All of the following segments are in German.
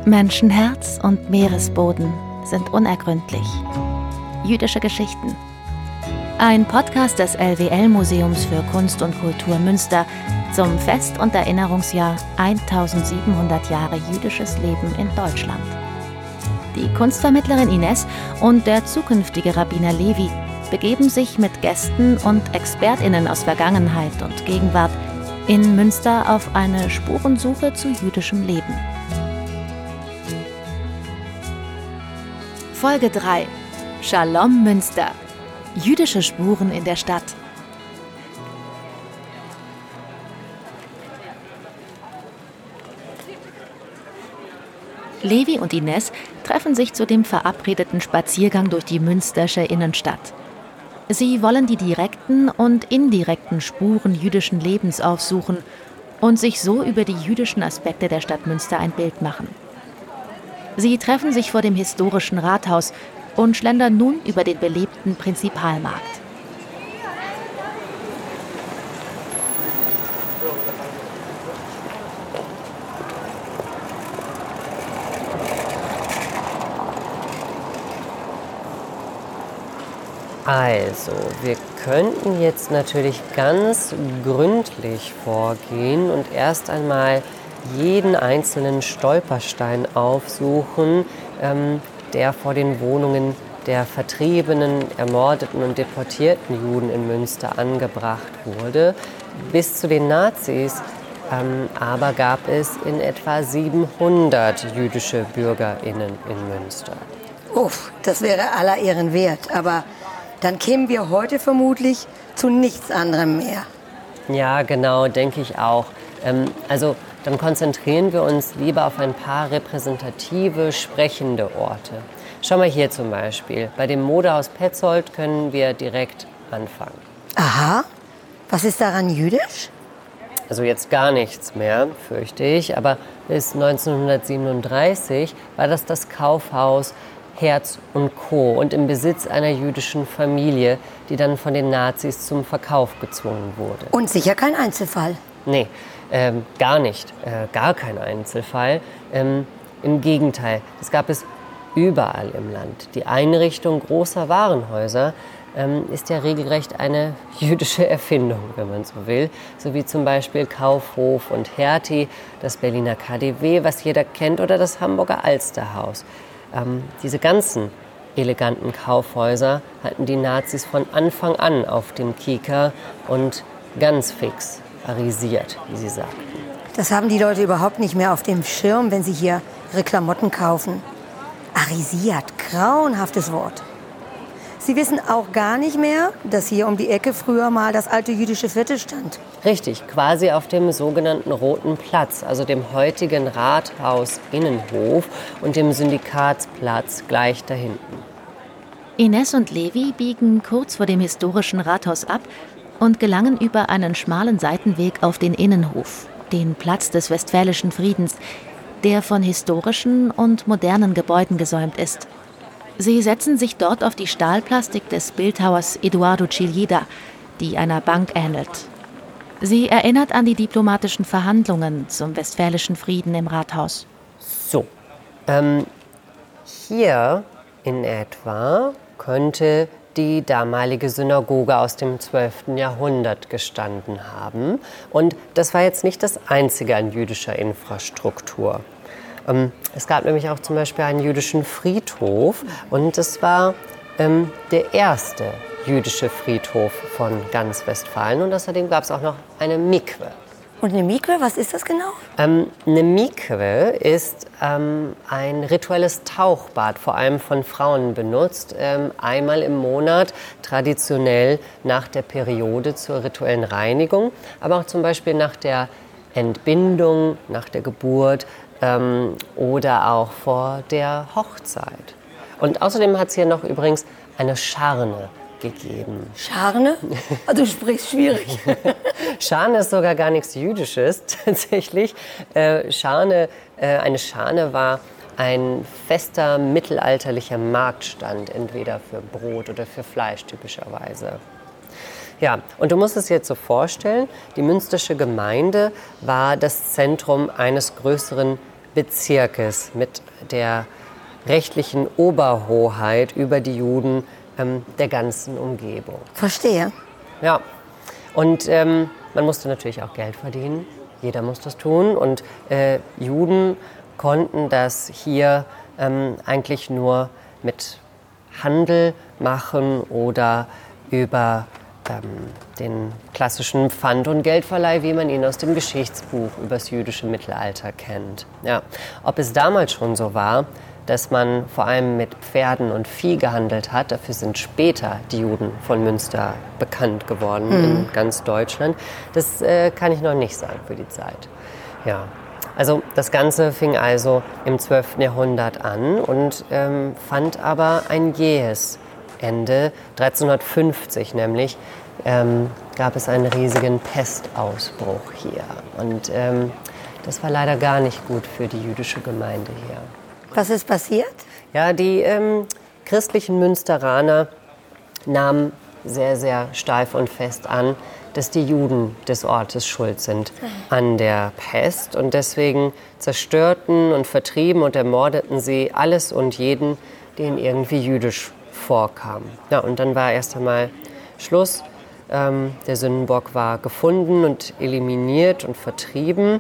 Menschenherz und Meeresboden sind unergründlich. Jüdische Geschichten. Ein Podcast des LWL-Museums für Kunst und Kultur Münster zum Fest- und Erinnerungsjahr 1700 Jahre jüdisches Leben in Deutschland. Die Kunstvermittlerin Ines und der zukünftige Rabbiner Levi begeben sich mit Gästen und ExpertInnen aus Vergangenheit und Gegenwart in Münster auf eine Spurensuche zu jüdischem Leben. Folge 3: Shalom Münster. Jüdische Spuren in der Stadt. Levi und Ines treffen sich zu dem verabredeten Spaziergang durch die münstersche Innenstadt. Sie wollen die direkten und indirekten Spuren jüdischen Lebens aufsuchen und sich so über die jüdischen Aspekte der Stadt Münster ein Bild machen. Sie treffen sich vor dem historischen Rathaus und schlendern nun über den belebten Prinzipalmarkt. Also, wir könnten jetzt natürlich ganz gründlich vorgehen und erst einmal jeden einzelnen Stolperstein aufsuchen, der vor den Wohnungen der vertriebenen, ermordeten und deportierten Juden in Münster angebracht wurde. Bis zu den Nazis aber gab es in etwa 700 jüdische BürgerInnen in Münster. Uff, das wäre aller Ehren wert, aber dann kämen wir heute vermutlich zu nichts anderem mehr. Ja, genau, denke ich auch. Dann konzentrieren wir uns lieber auf ein paar repräsentative, sprechende Orte. Schau mal hier zum Beispiel. Bei dem Modehaus Petzold können wir direkt anfangen. Aha, was ist daran jüdisch? Also jetzt gar nichts mehr, fürchte ich. Aber bis 1937 war das Kaufhaus Herz und Co. und im Besitz einer jüdischen Familie, die dann von den Nazis zum Verkauf gezwungen wurde. Und sicher kein Einzelfall. Nee, gar nicht. Gar kein Einzelfall. Im Gegenteil, das gab es überall im Land. Die Einrichtung großer Warenhäuser ist ja regelrecht eine jüdische Erfindung, wenn man so will. So wie zum Beispiel Kaufhof und Hertie, das Berliner KaDeWe, was jeder kennt, oder das Hamburger Alsterhaus. Diese ganzen eleganten Kaufhäuser hatten die Nazis von Anfang an auf dem Kieker und ganz fix arisiert, wie sie sagten. Das haben die Leute überhaupt nicht mehr auf dem Schirm, wenn sie hier ihre Klamotten kaufen. Arisiert, grauenhaftes Wort. Sie wissen auch gar nicht mehr, dass hier um die Ecke früher mal das alte jüdische Viertel stand. Richtig, quasi auf dem sogenannten Roten Platz, also dem heutigen Rathaus-Innenhof und dem Syndikatsplatz gleich da hinten. Ines und Levi biegen kurz vor dem historischen Rathaus ab und gelangen über einen schmalen Seitenweg auf den Innenhof, den Platz des Westfälischen Friedens, der von historischen und modernen Gebäuden gesäumt ist. Sie setzen sich dort auf die Stahlplastik des Bildhauers Eduardo Chillida, die einer Bank ähnelt. Sie erinnert an die diplomatischen Verhandlungen zum Westfälischen Frieden im Rathaus. So, hier in etwa könnte die damalige Synagoge aus dem 12. Jahrhundert gestanden haben. Und das war jetzt nicht das Einzige an jüdischer Infrastruktur. Es gab nämlich auch zum Beispiel einen jüdischen Friedhof und das war der erste jüdische Friedhof von ganz Westfalen. Und außerdem gab es auch noch eine Mikwe. Und eine Mikwe, was ist das genau? Eine Mikwe ist ein rituelles Tauchbad, vor allem von Frauen benutzt, einmal im Monat, traditionell nach der Periode zur rituellen Reinigung, aber auch zum Beispiel nach der Entbindung, nach der Geburt oder auch vor der Hochzeit. Und außerdem hat es hier noch übrigens eine Scharne gegeben. Scharne? Also du sprichst schwierig. Scharne ist sogar gar nichts Jüdisches, tatsächlich. Eine Scharne war ein fester mittelalterlicher Marktstand, entweder für Brot oder für Fleisch typischerweise. Ja, und du musst es jetzt so vorstellen, die münstersche Gemeinde war das Zentrum eines größeren Bezirkes, mit der rechtlichen Oberhoheit über die Juden der ganzen Umgebung. Verstehe. Ja, und man musste natürlich auch Geld verdienen. Jeder muss das tun. Und Juden konnten das hier eigentlich nur mit Handel machen oder über den klassischen Pfand- und Geldverleih, wie man ihn aus dem Geschichtsbuch über das jüdische Mittelalter kennt. Ja. Ob es damals schon so war, dass man vor allem mit Pferden und Vieh gehandelt hat, dafür sind später die Juden von Münster bekannt geworden in ganz Deutschland, das kann ich noch nicht sagen für die Zeit. Ja. Also das Ganze fing also im 12. Jahrhundert an und fand aber ein jähes Ende. 1350 nämlich gab es einen riesigen Pestausbruch hier. Und das war leider gar nicht gut für die jüdische Gemeinde hier. Was ist passiert? Ja, die christlichen Münsteraner nahmen sehr, sehr steif und fest an, dass die Juden des Ortes schuld sind an der Pest. Und deswegen zerstörten und vertrieben und ermordeten sie alles und jeden, den irgendwie jüdisch vorkam. Ja, und dann war erst einmal Schluss. Der Sündenbock war gefunden und eliminiert und vertrieben.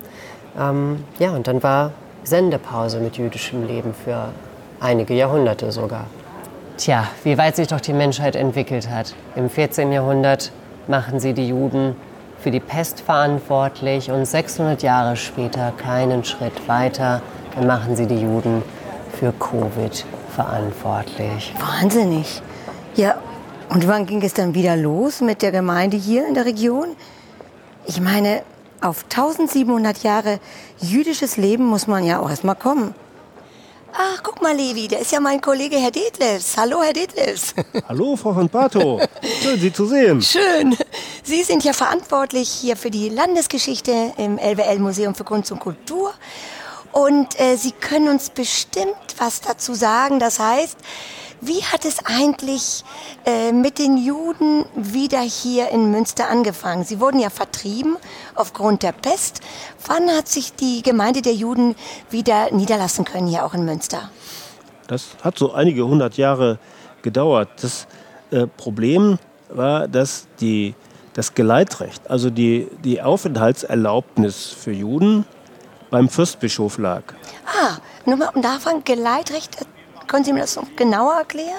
Ja, und dann war Sendepause mit jüdischem Leben für einige Jahrhunderte sogar. Tja, wie weit sich doch die Menschheit entwickelt hat. Im 14. Jahrhundert machen sie die Juden für die Pest verantwortlich und 600 Jahre später, keinen Schritt weiter, dann machen sie die Juden für Covid verantwortlich. Wahnsinnig. Ja, und wann ging es dann wieder los mit der Gemeinde hier in der Region? Ich meine, auf 1700 Jahre jüdisches Leben muss man ja auch erst mal kommen. Ach, guck mal, Levi, der ist ja mein Kollege Herr Detlefs. Hallo, Herr Detlefs. Hallo, Frau von Pato. Schön, Sie zu sehen. Schön. Sie sind ja verantwortlich hier für die Landesgeschichte im LWL-Museum für Kunst und Kultur. Und Sie können uns bestimmt was dazu sagen. Das heißt, wie hat es eigentlich mit den Juden wieder hier in Münster angefangen? Sie wurden ja vertrieben aufgrund der Pest. Wann hat sich die Gemeinde der Juden wieder niederlassen können hier auch in Münster? Das hat so einige 100 Jahre gedauert. Das Problem war, dass das Geleitrecht, also die Aufenthaltserlaubnis für Juden beim Fürstbischof lag. Ah, nur mal um davon, Geleitrecht, können Sie mir das noch genauer erklären?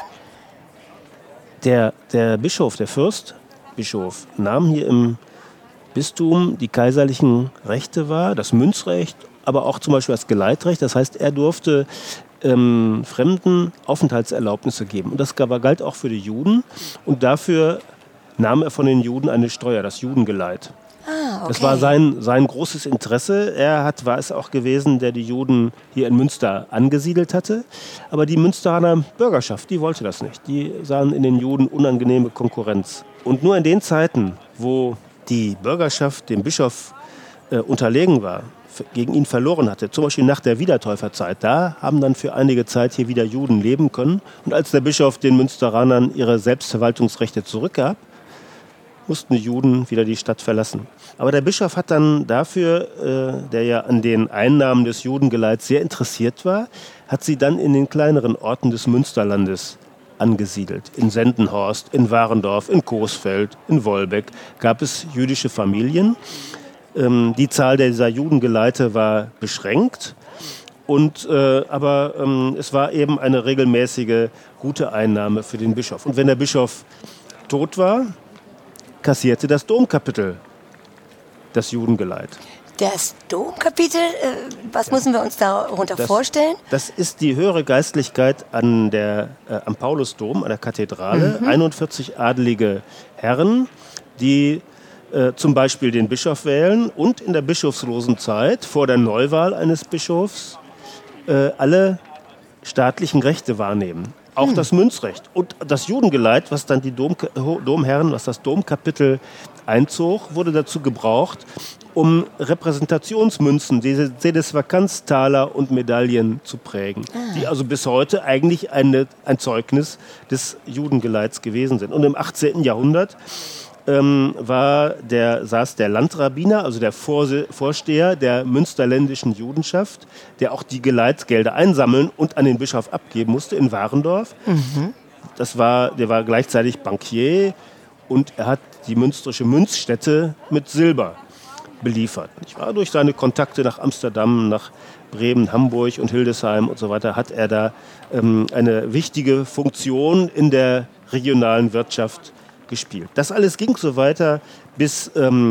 Der Bischof, der Fürstbischof, nahm hier im Bistum die kaiserlichen Rechte wahr, das Münzrecht, aber auch zum Beispiel das Geleitrecht. Das heißt, er durfte Fremden Aufenthaltserlaubnisse geben. Und das galt auch für die Juden. Und dafür nahm er von den Juden eine Steuer, das Judengeleit. Ah, okay. Das war sein großes Interesse. Er war es auch gewesen, der die Juden hier in Münster angesiedelt hatte. Aber die Münsteraner Bürgerschaft, die wollte das nicht. Die sahen in den Juden unangenehme Konkurrenz. Und nur in den Zeiten, wo die Bürgerschaft dem Bischof unterlegen war, gegen ihn verloren hatte, zum Beispiel nach der Wiedertäuferzeit, da haben dann für einige Zeit hier wieder Juden leben können. Und als der Bischof den Münsteranern ihre Selbstverwaltungsrechte zurückgab, mussten die Juden wieder die Stadt verlassen. Aber der Bischof hat dann dafür, der ja an den Einnahmen des Judengeleits sehr interessiert war, hat sie dann in den kleineren Orten des Münsterlandes angesiedelt. In Sendenhorst, in Warendorf, in Coesfeld, in Wolbeck gab es jüdische Familien. Die Zahl dieser Judengeleite war beschränkt. Aber es war eben eine regelmäßige, gute Einnahme für den Bischof. Und wenn der Bischof tot war, kassierte das Domkapitel das Judengeleit. Das Domkapitel, was müssen wir uns darunter vorstellen? Das ist die höhere Geistlichkeit am Paulusdom, an der Kathedrale. 41 adelige Herren, die zum Beispiel den Bischof wählen und in der bischofslosen Zeit vor der Neuwahl eines Bischofs alle staatlichen Rechte wahrnehmen. Auch das Münzrecht und das Judengeleit, was dann die Domherren, was das Domkapitel einzog, wurde dazu gebraucht, um Repräsentationsmünzen, diese Sedesvakanztaler und Medaillen zu prägen, die also bis heute eigentlich ein Zeugnis des Judengeleits gewesen sind. Und im 18. Jahrhundert saß der Landrabbiner, also der Vorsteher der münsterländischen Judenschaft, der auch die Geleitsgelder einsammeln und an den Bischof abgeben musste in Warendorf. Mhm. Der war gleichzeitig Bankier und er hat die münsterische Münzstätte mit Silber beliefert. Durch seine Kontakte nach Amsterdam, nach Bremen, Hamburg und Hildesheim und so weiter hat er da eine wichtige Funktion in der regionalen Wirtschaft gespielt. Das alles ging so weiter, bis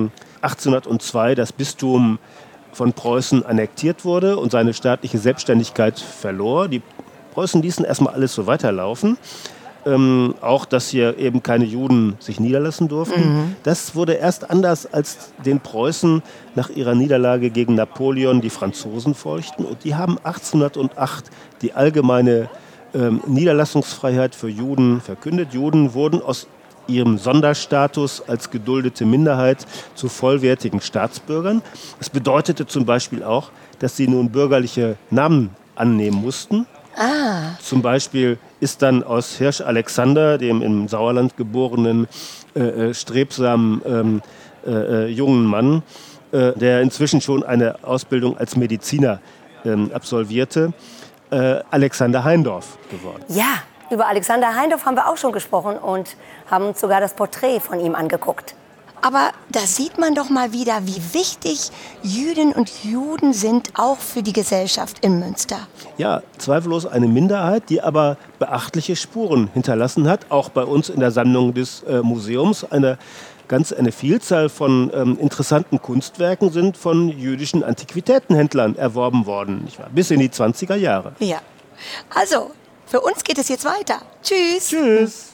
1802 das Bistum von Preußen annektiert wurde und seine staatliche Selbstständigkeit verlor. Die Preußen ließen erstmal alles so weiterlaufen. Auch, dass hier eben keine Juden sich niederlassen durften. Mhm. Das wurde erst anders, als den Preußen nach ihrer Niederlage gegen Napoleon die Franzosen folgten. Und die haben 1808 die allgemeine Niederlassungsfreiheit für Juden verkündet. Juden wurden aus ihrem Sonderstatus als geduldete Minderheit zu vollwertigen Staatsbürgern. Das bedeutete zum Beispiel auch, dass sie nun bürgerliche Namen annehmen mussten. Ah. Zum Beispiel ist dann aus Hirsch Alexander, dem im Sauerland geborenen, strebsamen jungen Mann, der inzwischen schon eine Ausbildung als Mediziner absolvierte, Alexander Heindorf geworden. Ja, über Alexander Heindorf haben wir auch schon gesprochen und haben uns sogar das Porträt von ihm angeguckt. Aber da sieht man doch mal wieder, wie wichtig Jüdinnen und Juden sind, auch für die Gesellschaft in Münster. Ja, zweifellos eine Minderheit, die aber beachtliche Spuren hinterlassen hat. Auch bei uns in der Sammlung des Museums. Eine Vielzahl von interessanten Kunstwerken sind von jüdischen Antiquitätenhändlern erworben worden. Nicht wahr? Bis in die 20er Jahre. Ja, also für uns geht es jetzt weiter. Tschüss. Tschüss.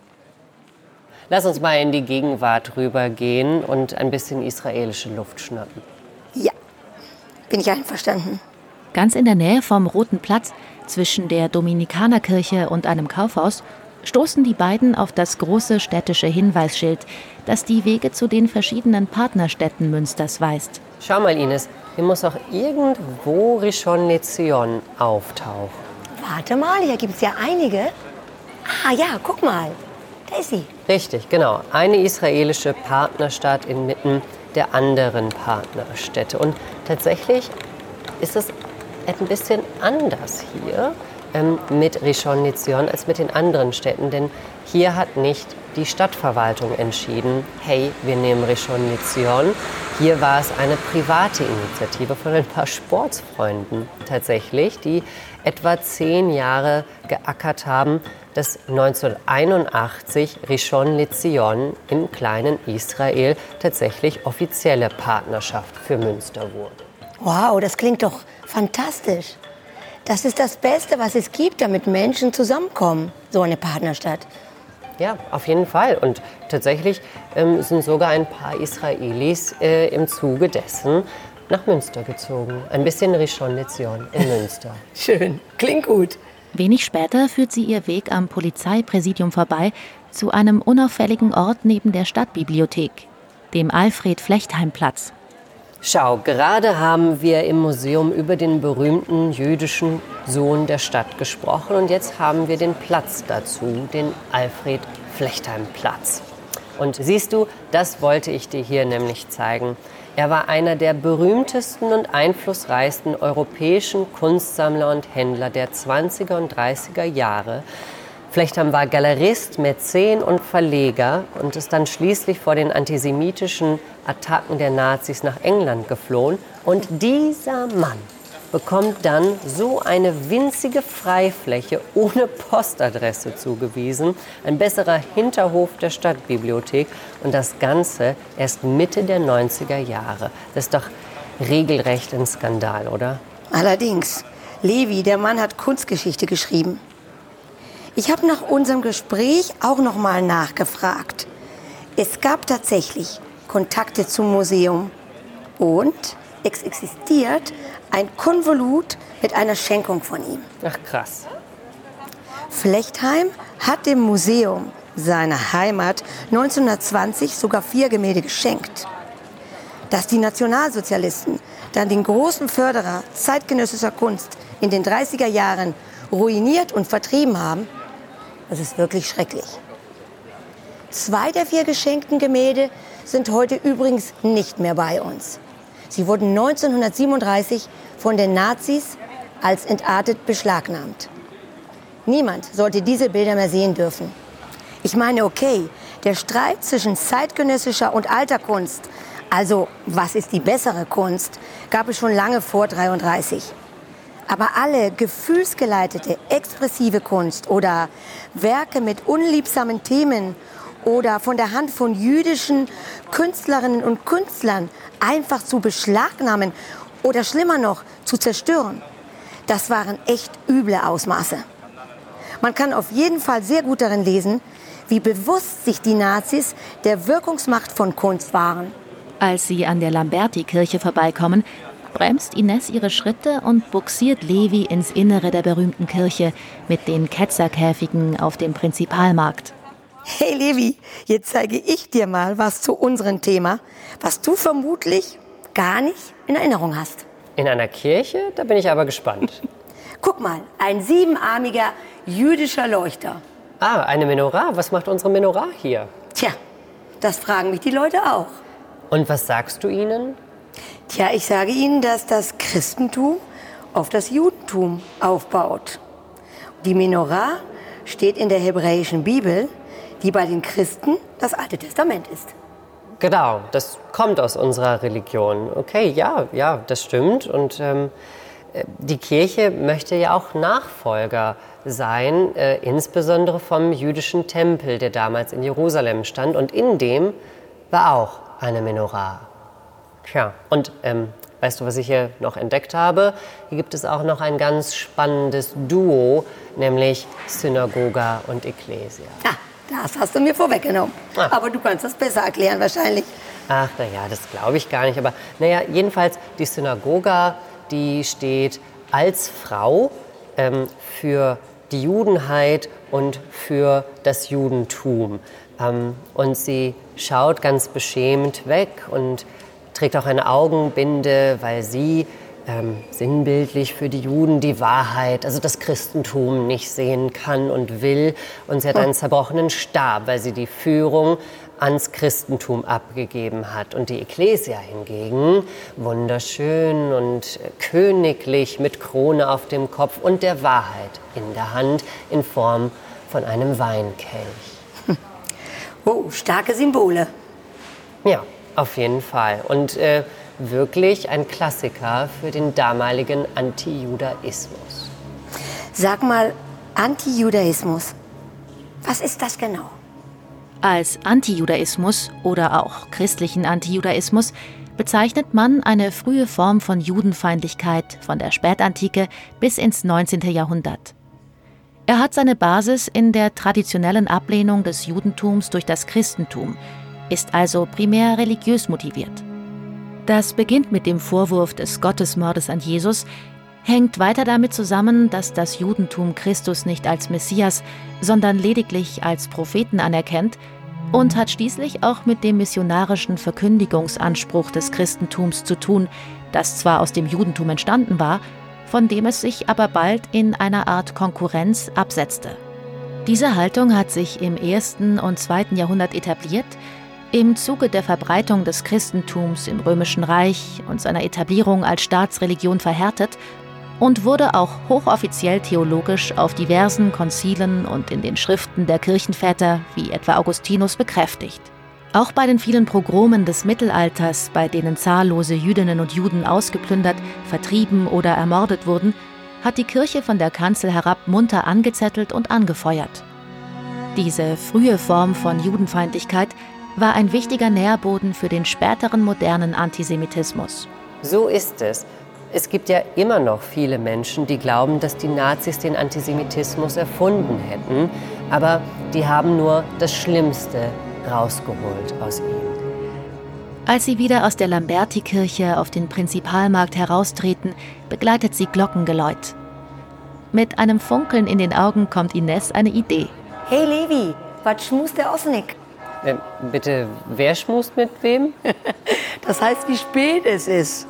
Lass uns mal in die Gegenwart rübergehen und ein bisschen israelische Luft schnappen. Ja, bin ich einverstanden. Ganz in der Nähe vom Roten Platz, zwischen der Dominikanerkirche und einem Kaufhaus, stoßen die beiden auf das große städtische Hinweisschild, das die Wege zu den verschiedenen Partnerstädten Münsters weist. Schau mal, Ines, hier muss auch irgendwo Rishon LeZion auftauchen. Warte mal, hier gibt es ja einige. Ah ja, guck mal, da ist sie. Richtig, genau. Eine israelische Partnerstadt inmitten der anderen Partnerstädte. Und tatsächlich ist es ein bisschen anders hier mit Rishon LeZion als mit den anderen Städten. Denn hier hat nicht die Stadtverwaltung entschieden, hey, wir nehmen Rishon LeZion. Hier war es eine private Initiative von ein paar Sportsfreunden tatsächlich, die etwa 10 Jahre geackert haben, dass 1981 Rishon LeZion im kleinen Israel tatsächlich offizielle Partnerschaft für Münster wurde. Wow, das klingt doch fantastisch. Das ist das Beste, was es gibt, damit Menschen zusammenkommen, so eine Partnerstadt. Ja, auf jeden Fall. Und tatsächlich sind sogar ein paar Israelis im Zuge dessen nach Münster gezogen. Ein bisschen Rishon LeZion in Münster. Schön, klingt gut. Wenig später führt sie ihr Weg am Polizeipräsidium vorbei zu einem unauffälligen Ort neben der Stadtbibliothek, dem Alfred-Flechtheim-Platz. Schau, gerade haben wir im Museum über den berühmten jüdischen Sohn der Stadt gesprochen und jetzt haben wir den Platz dazu, den Alfred-Flechtheim-Platz. Und siehst du, das wollte ich dir hier nämlich zeigen. Er war einer der berühmtesten und einflussreichsten europäischen Kunstsammler und Händler der 20er und 30er Jahre. Flechtheim war Galerist, Mäzen und Verleger und ist dann schließlich vor den antisemitischen Attacken der Nazis nach England geflohen. Und dieser Mann bekommt dann so eine winzige Freifläche ohne Postadresse zugewiesen, ein besserer Hinterhof der Stadtbibliothek und das Ganze erst Mitte der 90er Jahre. Das ist doch regelrecht ein Skandal, oder? Allerdings, Levi, der Mann hat Kunstgeschichte geschrieben. Ich habe nach unserem Gespräch auch noch mal nachgefragt. Es gab tatsächlich Kontakte zum Museum und es existiert ein Konvolut mit einer Schenkung von ihm. Ach krass. Flechtheim hat dem Museum seiner Heimat 1920 sogar 4 Gemälde geschenkt. Dass die Nationalsozialisten dann den großen Förderer zeitgenössischer Kunst in den 30er Jahren ruiniert und vertrieben haben, das ist wirklich schrecklich. 2 der 4 geschenkten Gemälde sind heute übrigens nicht mehr bei uns. Sie wurden 1937 von den Nazis als entartet beschlagnahmt. Niemand sollte diese Bilder mehr sehen dürfen. Ich meine, okay, der Streit zwischen zeitgenössischer und alter Kunst, also was ist die bessere Kunst, gab es schon lange vor 1933. Aber alle gefühlsgeleitete, expressive Kunst oder Werke mit unliebsamen Themen oder von der Hand von jüdischen Künstlerinnen und Künstlern einfach zu beschlagnahmen oder schlimmer noch, zu zerstören, das waren echt üble Ausmaße. Man kann auf jeden Fall sehr gut darin lesen, wie bewusst sich die Nazis der Wirkungsmacht von Kunst waren. Als sie an der Lamberti-Kirche vorbeikommen, bremst Ines ihre Schritte und bugsiert Levi ins Innere der berühmten Kirche mit den Ketzerkäfigen auf dem Prinzipalmarkt. Hey Levi, jetzt zeige ich dir mal was zu unserem Thema, was du vermutlich gar nicht in Erinnerung hast. In einer Kirche? Da bin ich aber gespannt. Guck mal, ein 7-armiger jüdischer Leuchter. Ah, eine Menorah. Was macht unsere Menorah hier? Tja, das fragen mich die Leute auch. Und was sagst du ihnen? Tja, ich sage ihnen, dass das Christentum auf das Judentum aufbaut. Die Menorah steht in der hebräischen Bibel, die bei den Christen das Alte Testament ist. Genau, das kommt aus unserer Religion. Okay, ja, das stimmt. Und die Kirche möchte ja auch Nachfolger sein, insbesondere vom jüdischen Tempel, der damals in Jerusalem stand. Und in dem war auch eine Menorah. Tja, und weißt du, was ich hier noch entdeckt habe? Hier gibt es auch noch ein ganz spannendes Duo, nämlich Synagoga und Ekklesia. Ah, das hast du mir vorweggenommen. Aber du kannst das besser erklären wahrscheinlich. Ach, naja, das glaube ich gar nicht. Aber naja, jedenfalls die Synagoga, die steht als Frau für die Judenheit und für das Judentum. Und sie schaut ganz beschämt weg und trägt auch eine Augenbinde, weil sie sinnbildlich für die Juden die Wahrheit, also das Christentum, nicht sehen kann und will. Und sie hat einen zerbrochenen Stab, weil sie die Führung ans Christentum abgegeben hat. Und die Ekklesia hingegen, wunderschön und königlich mit Krone auf dem Kopf und der Wahrheit in der Hand in Form von einem Weinkelch. Oh, starke Symbole. Ja, auf jeden Fall. Und wirklich ein Klassiker für den damaligen Antijudaismus. Sag mal, Antijudaismus, was ist das genau? Als Antijudaismus oder auch christlichen Antijudaismus bezeichnet man eine frühe Form von Judenfeindlichkeit von der Spätantike bis ins 19. Jahrhundert. Er hat seine Basis in der traditionellen Ablehnung des Judentums durch das Christentum, ist also primär religiös motiviert. Das beginnt mit dem Vorwurf des Gottesmordes an Jesus, hängt weiter damit zusammen, dass das Judentum Christus nicht als Messias, sondern lediglich als Propheten anerkennt und hat schließlich auch mit dem missionarischen Verkündigungsanspruch des Christentums zu tun, das zwar aus dem Judentum entstanden war, von dem es sich aber bald in einer Art Konkurrenz absetzte. Diese Haltung hat sich im 1. und 2. Jahrhundert etabliert, im Zuge der Verbreitung des Christentums im Römischen Reich und seiner Etablierung als Staatsreligion verhärtet und wurde auch hochoffiziell theologisch auf diversen Konzilen und in den Schriften der Kirchenväter, wie etwa Augustinus, bekräftigt. Auch bei den vielen Pogromen des Mittelalters, bei denen zahllose Jüdinnen und Juden ausgeplündert, vertrieben oder ermordet wurden, hat die Kirche von der Kanzel herab munter angezettelt und angefeuert. Diese frühe Form von Judenfeindlichkeit war ein wichtiger Nährboden für den späteren modernen Antisemitismus. So ist es. Es gibt ja immer noch viele Menschen, die glauben, dass die Nazis den Antisemitismus erfunden hätten, aber die haben nur das Schlimmste rausgeholt aus ihm. Als sie wieder aus der Lamberti-Kirche auf den Prinzipalmarkt heraustreten, begleitet sie Glockengeläut. Mit einem Funkeln in den Augen kommt Ines eine Idee. Hey Levi, was schmust der Osnik? Bitte, wer schmust mit wem? Das heißt, wie spät es ist.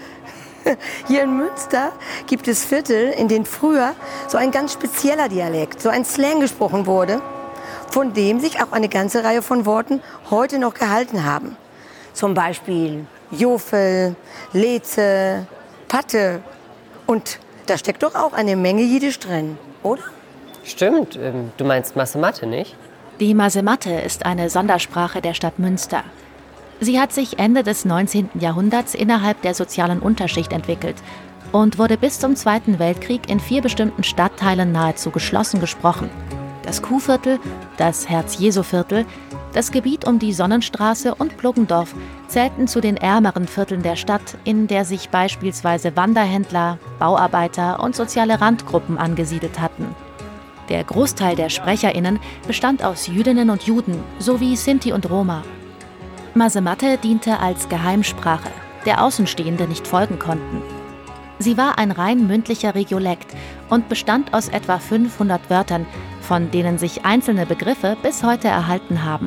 Hier in Münster gibt es Viertel, in denen früher so ein ganz spezieller Dialekt, so ein Slang gesprochen wurde. von dem sich auch eine ganze Reihe von Worten heute noch gehalten haben. Zum Beispiel Jofel, Leze, Patte. Und da steckt doch auch eine Menge Jiddisch drin, oder? Stimmt, du meinst Masse-Matte, nicht? Die Masse-Matte ist eine Sondersprache der Stadt Münster. Sie hat sich Ende des 19. Jahrhunderts innerhalb der sozialen Unterschicht entwickelt und wurde bis zum Zweiten Weltkrieg in 4 bestimmten Stadtteilen nahezu geschlossen gesprochen. Das Kuhviertel, das Herz-Jesu-Viertel, das Gebiet um die Sonnenstraße und Pluggendorf zählten zu den ärmeren Vierteln der Stadt, in der sich beispielsweise Wanderhändler, Bauarbeiter und soziale Randgruppen angesiedelt hatten. Der Großteil der SprecherInnen bestand aus Jüdinnen und Juden sowie Sinti und Roma. Masse-Matte diente als Geheimsprache, der Außenstehende nicht folgen konnten. Sie war ein rein mündlicher Regiolekt und bestand aus etwa 500 Wörtern, von denen sich einzelne Begriffe bis heute erhalten haben.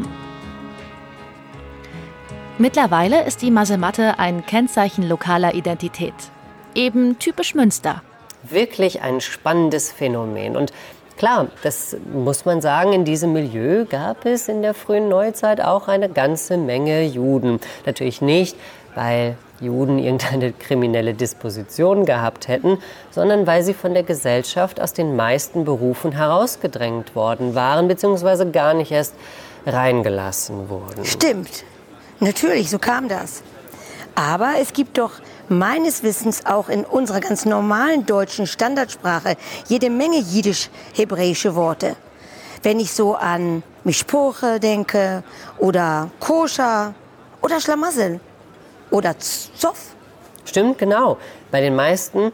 Mittlerweile ist die Masse-Matte ein Kennzeichen lokaler Identität. Eben typisch Münster. Wirklich ein spannendes Phänomen. Und klar, das muss man sagen, in diesem Milieu gab es in der frühen Neuzeit auch eine ganze Menge Juden. Natürlich nicht, weil Juden irgendeine kriminelle Disposition gehabt hätten, sondern weil sie von der Gesellschaft aus den meisten Berufen herausgedrängt worden waren, beziehungsweise gar nicht erst reingelassen wurden. Stimmt. Natürlich, so kam das. Aber es gibt doch meines Wissens auch in unserer ganz normalen deutschen Standardsprache jede Menge jiddisch-hebräische Worte. Wenn ich so an Mishpoche denke oder Koscher oder Schlamassel oder Zoff. Stimmt, genau. Bei den meisten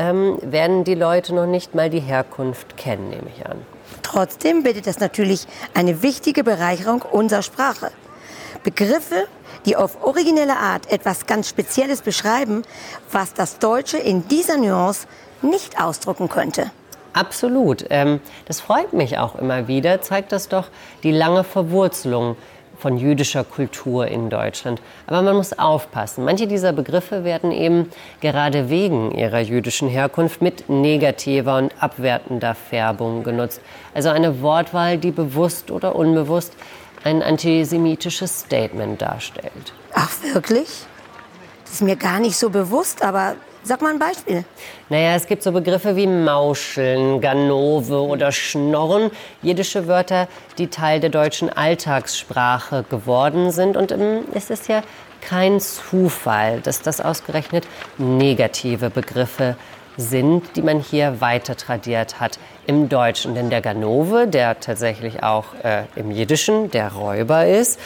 werden die Leute noch nicht mal die Herkunft kennen, nehme ich an. Trotzdem bildet das natürlich eine wichtige Bereicherung unserer Sprache. Begriffe, die auf originelle Art etwas ganz Spezielles beschreiben, was das Deutsche in dieser Nuance nicht ausdrücken könnte. Absolut. Das freut mich auch immer wieder, zeigt das doch die lange Verwurzelung von jüdischer Kultur in Deutschland. Aber man muss aufpassen. Manche dieser Begriffe werden eben gerade wegen ihrer jüdischen Herkunft mit negativer und abwertender Färbung genutzt. Also eine Wortwahl, die bewusst oder unbewusst ein antisemitisches Statement darstellt. Ach, wirklich? Das ist mir gar nicht so bewusst, aber sag mal ein Beispiel. Naja, es gibt so Begriffe wie Mauscheln, Ganove oder Schnorren, jiddische Wörter, die Teil der deutschen Alltagssprache geworden sind. Und es ist ja kein Zufall, dass das ausgerechnet negative Begriffe sind, die man hier weiter tradiert hat im Deutschen. Denn der Ganove, der tatsächlich auch im Jiddischen der Räuber ist,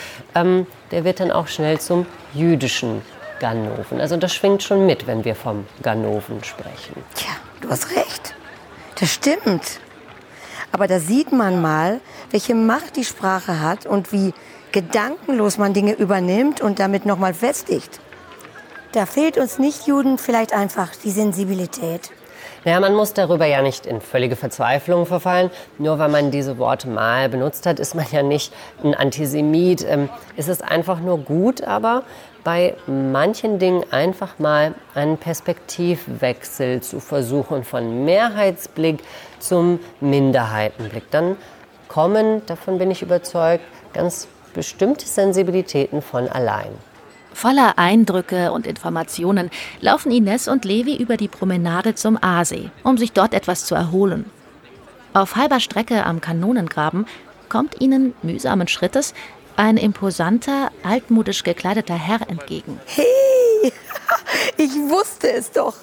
der wird dann auch schnell zum jüdischen Ganoven. Also das schwingt schon mit, wenn wir vom Ganoven sprechen. Tja, du hast recht. Das stimmt. Aber da sieht man mal, welche Macht die Sprache hat und wie gedankenlos man Dinge übernimmt und damit nochmal festigt. Da fehlt uns Nichtjuden vielleicht einfach die Sensibilität. Naja, man muss darüber ja nicht in völlige Verzweiflung verfallen. Nur weil man diese Worte mal benutzt hat, ist man ja nicht ein Antisemit. Es ist einfach nur gut, aber bei manchen Dingen einfach mal einen Perspektivwechsel zu versuchen, von Mehrheitsblick zum Minderheitenblick. Dann kommen, davon bin ich überzeugt, ganz bestimmte Sensibilitäten von allein. Voller Eindrücke und Informationen laufen Ines und Levi über die Promenade zum Aasee, um sich dort etwas zu erholen. Auf halber Strecke am Kanonengraben kommt ihnen mühsamen Schrittes ein imposanter, altmodisch gekleideter Herr entgegen. Hey, ich wusste es doch.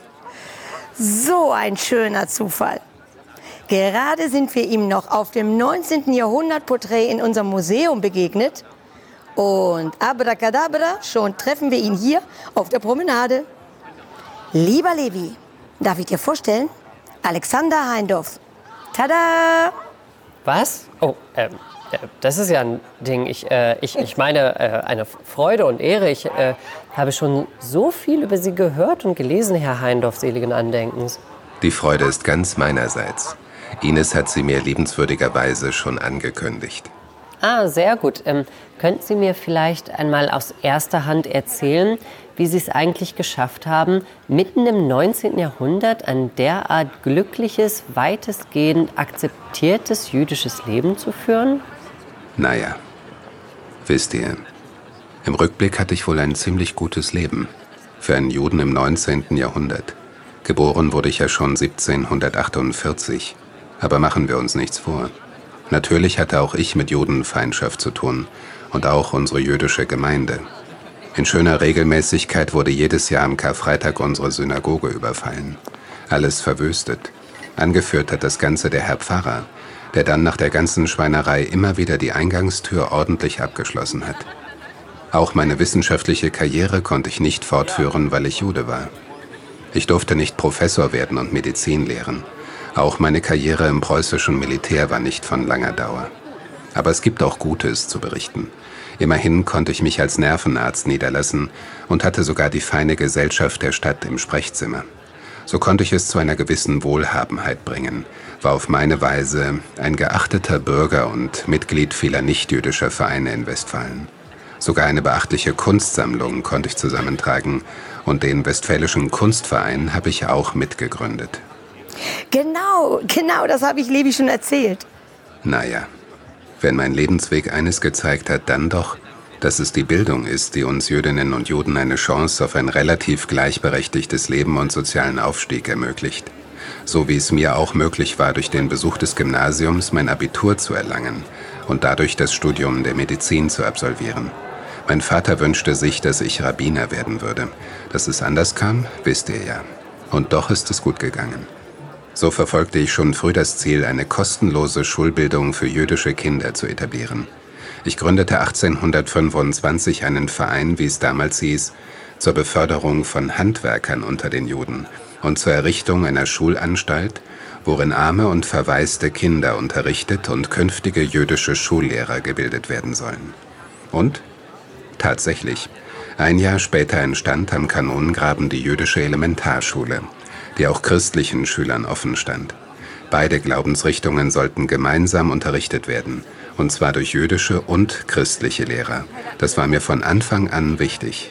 So ein schöner Zufall. Gerade sind wir ihm noch auf dem 19. Jahrhundert-Porträt in unserem Museum begegnet. Und abracadabra, schon treffen wir ihn hier auf der Promenade. Lieber Levi, darf ich dir vorstellen? Alexander Heindorf. Tada! Was? Oh, das ist ja ein Ding. Ich meine, eine Freude und Ehre. Ich habe schon so viel über Sie gehört und gelesen, Herr Heindorf, seligen Andenkens. Die Freude ist ganz meinerseits. Ines hat sie mir liebenswürdigerweise schon angekündigt. Ah, sehr gut. Könnten Sie mir vielleicht einmal aus erster Hand erzählen, wie Sie es eigentlich geschafft haben, mitten im 19. Jahrhundert ein derart glückliches, weitestgehend akzeptiertes jüdisches Leben zu führen? Naja, wisst ihr, im Rückblick hatte ich wohl ein ziemlich gutes Leben. Für einen Juden im 19. Jahrhundert. Geboren wurde ich ja schon 1748. Aber machen wir uns nichts vor. Natürlich hatte auch ich mit Judenfeindschaft zu tun. Und auch unsere jüdische Gemeinde. In schöner Regelmäßigkeit wurde jedes Jahr am Karfreitag unsere Synagoge überfallen. Alles verwüstet. Angeführt hat das Ganze der Herr Pfarrer, der dann nach der ganzen Schweinerei immer wieder die Eingangstür ordentlich abgeschlossen hat. Auch meine wissenschaftliche Karriere konnte ich nicht fortführen, weil ich Jude war. Ich durfte nicht Professor werden und Medizin lehren. Auch meine Karriere im preußischen Militär war nicht von langer Dauer. Aber es gibt auch Gutes zu berichten. Immerhin konnte ich mich als Nervenarzt niederlassen und hatte sogar die feine Gesellschaft der Stadt im Sprechzimmer. So konnte ich es zu einer gewissen Wohlhabenheit bringen, war auf meine Weise ein geachteter Bürger und Mitglied vieler nichtjüdischer Vereine in Westfalen. Sogar eine beachtliche Kunstsammlung konnte ich zusammentragen und den Westfälischen Kunstverein habe ich auch mitgegründet. Genau, das habe ich Levi schon erzählt. Naja, wenn mein Lebensweg eines gezeigt hat, dann doch, dass es die Bildung ist, die uns Jüdinnen und Juden eine Chance auf ein relativ gleichberechtigtes Leben und sozialen Aufstieg ermöglicht. So wie es mir auch möglich war, durch den Besuch des Gymnasiums mein Abitur zu erlangen und dadurch das Studium der Medizin zu absolvieren. Mein Vater wünschte sich, dass ich Rabbiner werden würde. Dass es anders kam, wisst ihr ja. Und doch ist es gut gegangen. So verfolgte ich schon früh das Ziel, eine kostenlose Schulbildung für jüdische Kinder zu etablieren. Ich gründete 1825 einen Verein, wie es damals hieß, zur Beförderung von Handwerkern unter den Juden und zur Errichtung einer Schulanstalt, worin arme und verwaiste Kinder unterrichtet und künftige jüdische Schullehrer gebildet werden sollen. Und? Tatsächlich, ein Jahr später entstand am Kanonengraben die jüdische Elementarschule, die auch christlichen Schülern offen stand. Beide Glaubensrichtungen sollten gemeinsam unterrichtet werden, und zwar durch jüdische und christliche Lehrer. Das war mir von Anfang an wichtig.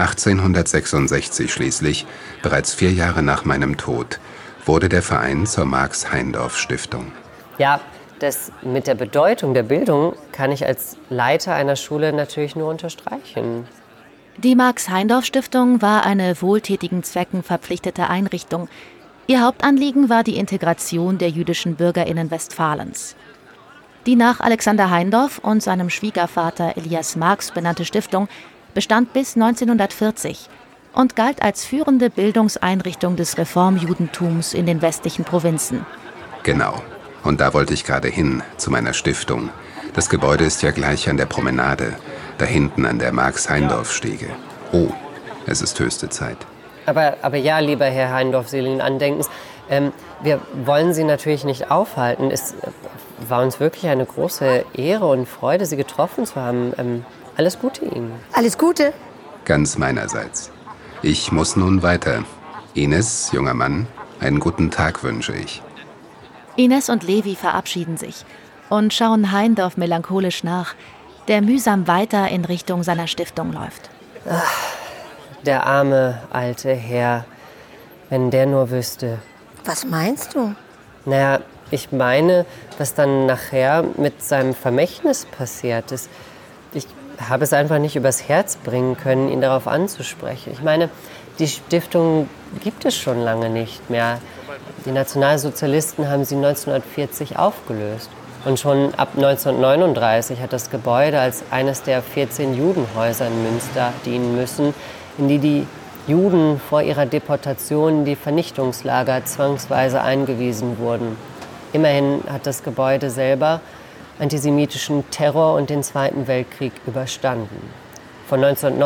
1866 schließlich, bereits 4 Jahre nach meinem Tod, wurde der Verein zur Marx-Heindorff-Stiftung. Ja, das mit der Bedeutung der Bildung kann ich als Leiter einer Schule natürlich nur unterstreichen. Die Marx-Heindorff-Stiftung war eine wohltätigen Zwecken verpflichtete Einrichtung. Ihr Hauptanliegen war die Integration der jüdischen BürgerInnen Westfalens. Die nach Alexander Heindorff und seinem Schwiegervater Elias Marx benannte Stiftung bestand bis 1940 und galt als führende Bildungseinrichtung des Reformjudentums in den westlichen Provinzen. Genau. Und da wollte ich gerade hin, zu meiner Stiftung. Das Gebäude ist ja gleich an der Promenade, da hinten an der Marx-Heindorff-Stege. Oh, es ist höchste Zeit. Aber ja, lieber Herr Heindorff, seligen Andenkens, wir wollen Sie natürlich nicht aufhalten. Es war uns wirklich eine große Ehre und Freude, Sie getroffen zu haben. Alles Gute Ihnen. Alles Gute. Ganz meinerseits. Ich muss nun weiter. Ines, junger Mann, einen guten Tag wünsche ich. Ines und Levi verabschieden sich und schauen Heindorff melancholisch nach, der mühsam weiter in Richtung seiner Stiftung läuft. Ach, der arme alte Herr, wenn der nur wüsste. Was meinst du? Naja, ich meine, was dann nachher mit seinem Vermächtnis passiert ist. Ich habe es einfach nicht übers Herz bringen können, ihn darauf anzusprechen. Ich meine, die Stiftung gibt es schon lange nicht mehr. Die Nationalsozialisten haben sie 1940 aufgelöst. Und schon ab 1939 hat das Gebäude als eines der 14 Judenhäuser in Münster dienen müssen, in die die Juden vor ihrer Deportation in die Vernichtungslager zwangsweise eingewiesen wurden. Immerhin hat das Gebäude selber antisemitischen Terror und den Zweiten Weltkrieg überstanden. Von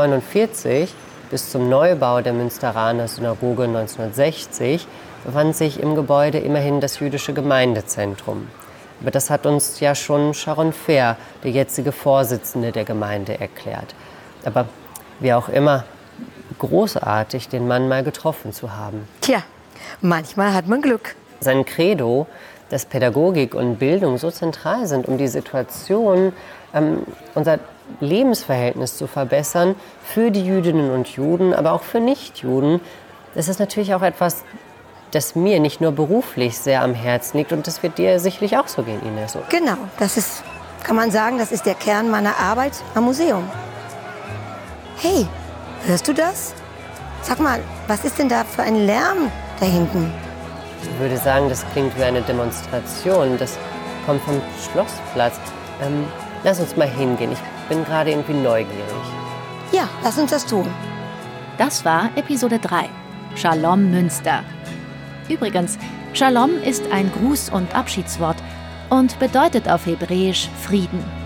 1949 bis zum Neubau der Münsteraner Synagoge 1960 befand sich im Gebäude immerhin das jüdische Gemeindezentrum. Aber das hat uns ja schon Sharon Fair, der jetzige Vorsitzende der Gemeinde, erklärt. Aber wie auch immer, großartig, den Mann mal getroffen zu haben. Tja, manchmal hat man Glück. Sein Credo, dass Pädagogik und Bildung so zentral sind, um die Situation, unser Lebensverhältnis zu verbessern, für die Jüdinnen und Juden, aber auch für Nichtjuden, das ist natürlich auch etwas, das mir nicht nur beruflich sehr am Herzen liegt und das wird dir sicherlich auch so gehen, Ines. Genau, das ist Kann man sagen, das ist der Kern meiner Arbeit am Museum. Hey, hörst du das? Sag mal, was ist denn da für ein Lärm da hinten? Ich würde sagen, das klingt wie eine Demonstration. Das kommt vom Schlossplatz. Lass uns mal hingehen. Ich bin gerade irgendwie neugierig. Ja, lass uns das tun. Das war Episode 3, Shalom Münster. Übrigens, Shalom ist ein Gruß- und Abschiedswort und bedeutet auf Hebräisch Frieden.